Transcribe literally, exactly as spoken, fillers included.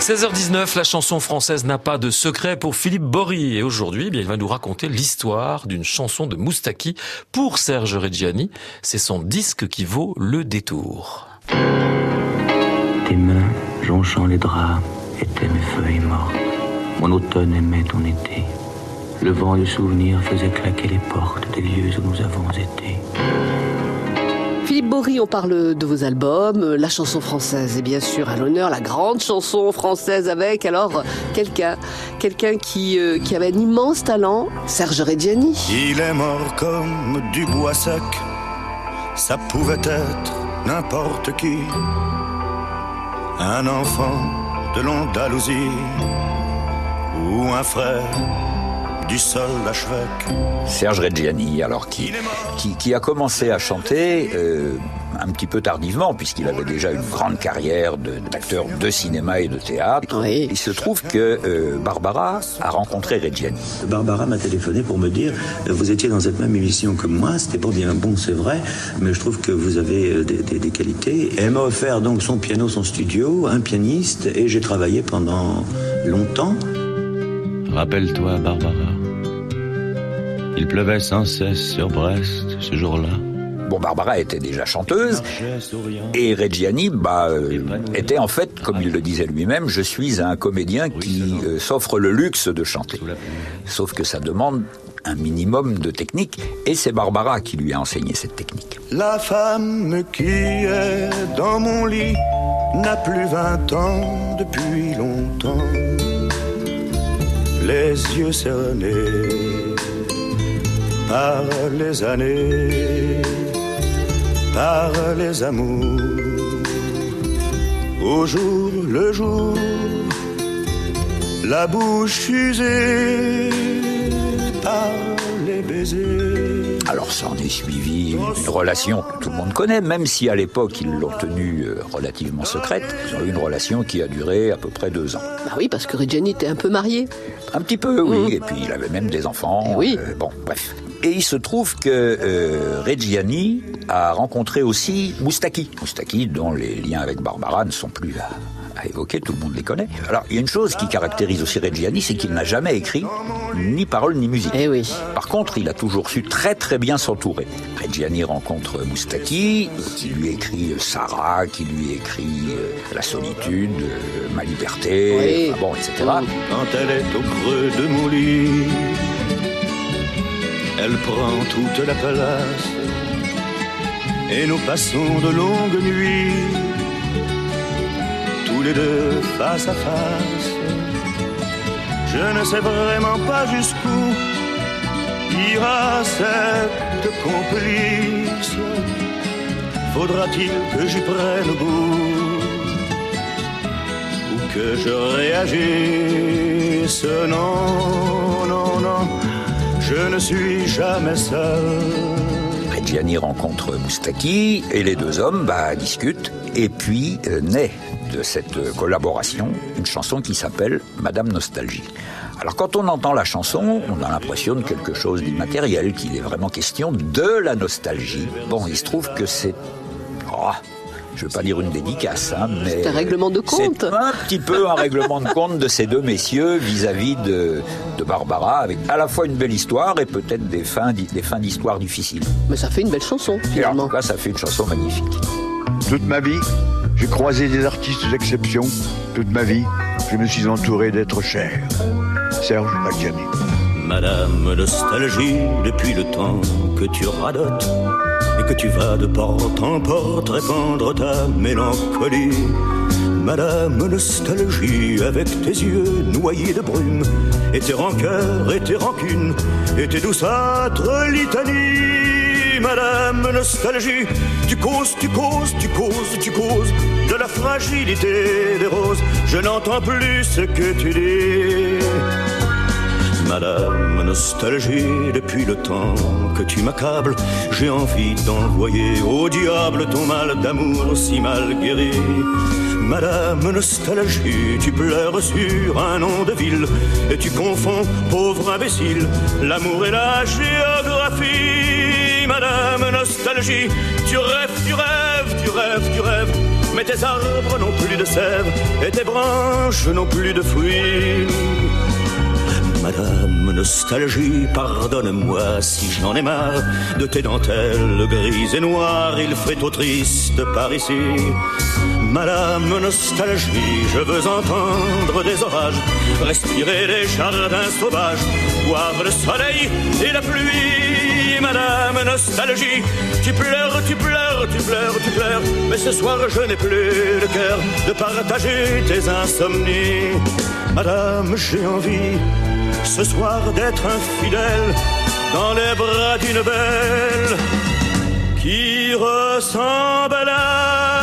seize heures dix-neuf, la chanson française n'a pas de secret pour Philippe Bory. Et aujourd'hui, eh bien, il va nous raconter l'histoire d'une chanson de Moustaki pour Serge Reggiani. C'est son disque qui vaut le détour. Tes mains, jonchant les draps, étaient mes feuilles mortes. Mon automne aimait ton été. Le vent du souvenir faisait claquer les portes des lieux où nous avons été. Philippe Bory, on parle de vos albums, la chanson française est bien sûr à l'honneur, la grande chanson française avec alors quelqu'un, quelqu'un qui, euh, qui avait un immense talent, Serge Reggiani. Il est mort comme du bois sec, ça pouvait être n'importe qui, un enfant de l'Andalousie ou un frère du sol d'Achevêque. Serge Reggiani, alors qui, qui, qui a commencé à chanter euh, un petit peu tardivement, puisqu'il avait déjà une grande carrière de, d'acteur de cinéma et de théâtre. Oui. Il se trouve que euh, Barbara a rencontré Reggiani. Barbara m'a téléphoné pour me dire euh, vous étiez dans cette même émission que moi, c'était pas bien bon, c'est vrai, mais je trouve que vous avez euh, des, des, des qualités. Et elle m'a offert donc son piano, son studio, un pianiste, et j'ai travaillé pendant longtemps. Rappelle-toi, Barbara, il pleuvait sans cesse sur Brest ce jour-là. Bon, Barbara était déjà chanteuse, et Reggiani bah, euh, était en fait, comme il le disait lui-même, je suis un comédien qui euh, s'offre le luxe de chanter. Sauf que ça demande un minimum de technique, et c'est Barbara qui lui a enseigné cette technique. La femme qui est dans mon lit n'a plus vingt ans depuis longtemps. Les yeux cernés par les années, par les amours, au jour le jour, la bouche usée par les baisers. Alors ça en est suivi une relation que tout le monde connaît, même si à l'époque ils l'ont tenue relativement secrète. Ils ont eu une relation qui a duré à peu près deux ans. Bah oui, parce que Reggiani était un peu marié. Un petit peu, oui, Mmh. et puis il avait même des enfants. Et oui. Euh, bon, bref. Et il se trouve que euh, Reggiani a rencontré aussi Moustaki. Moustaki, dont les liens avec Barbara ne sont plus à, à évoquer, tout le monde les connaît. Alors, il y a une chose qui caractérise aussi Reggiani, c'est qu'il n'a jamais écrit ni paroles ni musique. Eh oui. Par contre, il a toujours su très très bien s'entourer. Reggiani rencontre Moustaki, qui lui écrit Sarah, qui lui écrit euh, La solitude, euh, Ma liberté, Oui. enfin bon, et cetera. Quand elle est au creux de mon lit, elle prend toute la place et nous passons de longues nuits, tous les deux face à face. Je ne sais vraiment pas jusqu'où ira cette complice. Faudra-t-il que j'y prenne goût ou que je réagisse? Non, non, non, je ne suis jamais seul. Reggiani rencontre Moustaki et les deux hommes bah, discutent et puis euh, naît de cette collaboration une chanson qui s'appelle Madame Nostalgie. Alors quand on entend la chanson, on a l'impression de quelque chose d'immatériel, qu'il est vraiment question de la nostalgie. Bon, il se trouve que c'est... Oh, je ne veux pas dire une dédicace, hein, mais... C'est un règlement de compte. C'est un petit peu un règlement de compte de ces deux messieurs vis-à-vis de, de Barbara, avec à la fois une belle histoire et peut-être des fins, des fins d'histoire difficiles. Mais ça fait une belle chanson, Et en finalement. tout cas, ça fait une chanson magnifique. Toute ma vie, j'ai croisé des artistes d'exception. Toute ma vie, je me suis entouré d'êtres chers. Serge Reggiani. Madame Nostalgie, depuis le temps que tu radotes et que tu vas de porte en porte répandre ta mélancolie. Madame Nostalgie, avec tes yeux noyés de brume, et tes rancœurs et tes rancunes, et tes douceâtres litanies. Madame Nostalgie, tu causes, tu causes, tu causes, tu causes de la fragilité des roses. Je n'entends plus ce que tu dis. Madame Nostalgie, depuis le temps que tu m'accables, j'ai envie d'envoyer au diable ton mal d'amour si mal guéri. Madame Nostalgie, tu pleures sur un nom de ville et tu confonds, pauvre imbécile, l'amour et la géographie. Madame Nostalgie, tu rêves, tu rêves, tu rêves, tu rêves mais tes arbres n'ont plus de sève et tes branches n'ont plus de fruits. Madame Nostalgie, pardonne-moi si j'en ai marre de tes dentelles grises et noires, il fait trop triste par ici. Madame Nostalgie, je veux entendre des orages, respirer les jardins sauvages, boire le soleil et la pluie. Madame Nostalgie, tu pleures, tu pleures, tu pleures, tu pleures, mais ce soir je n'ai plus le cœur de partager tes insomnies. Madame, j'ai envie ce soir d'être infidèle dans les bras d'une belle qui ressemble à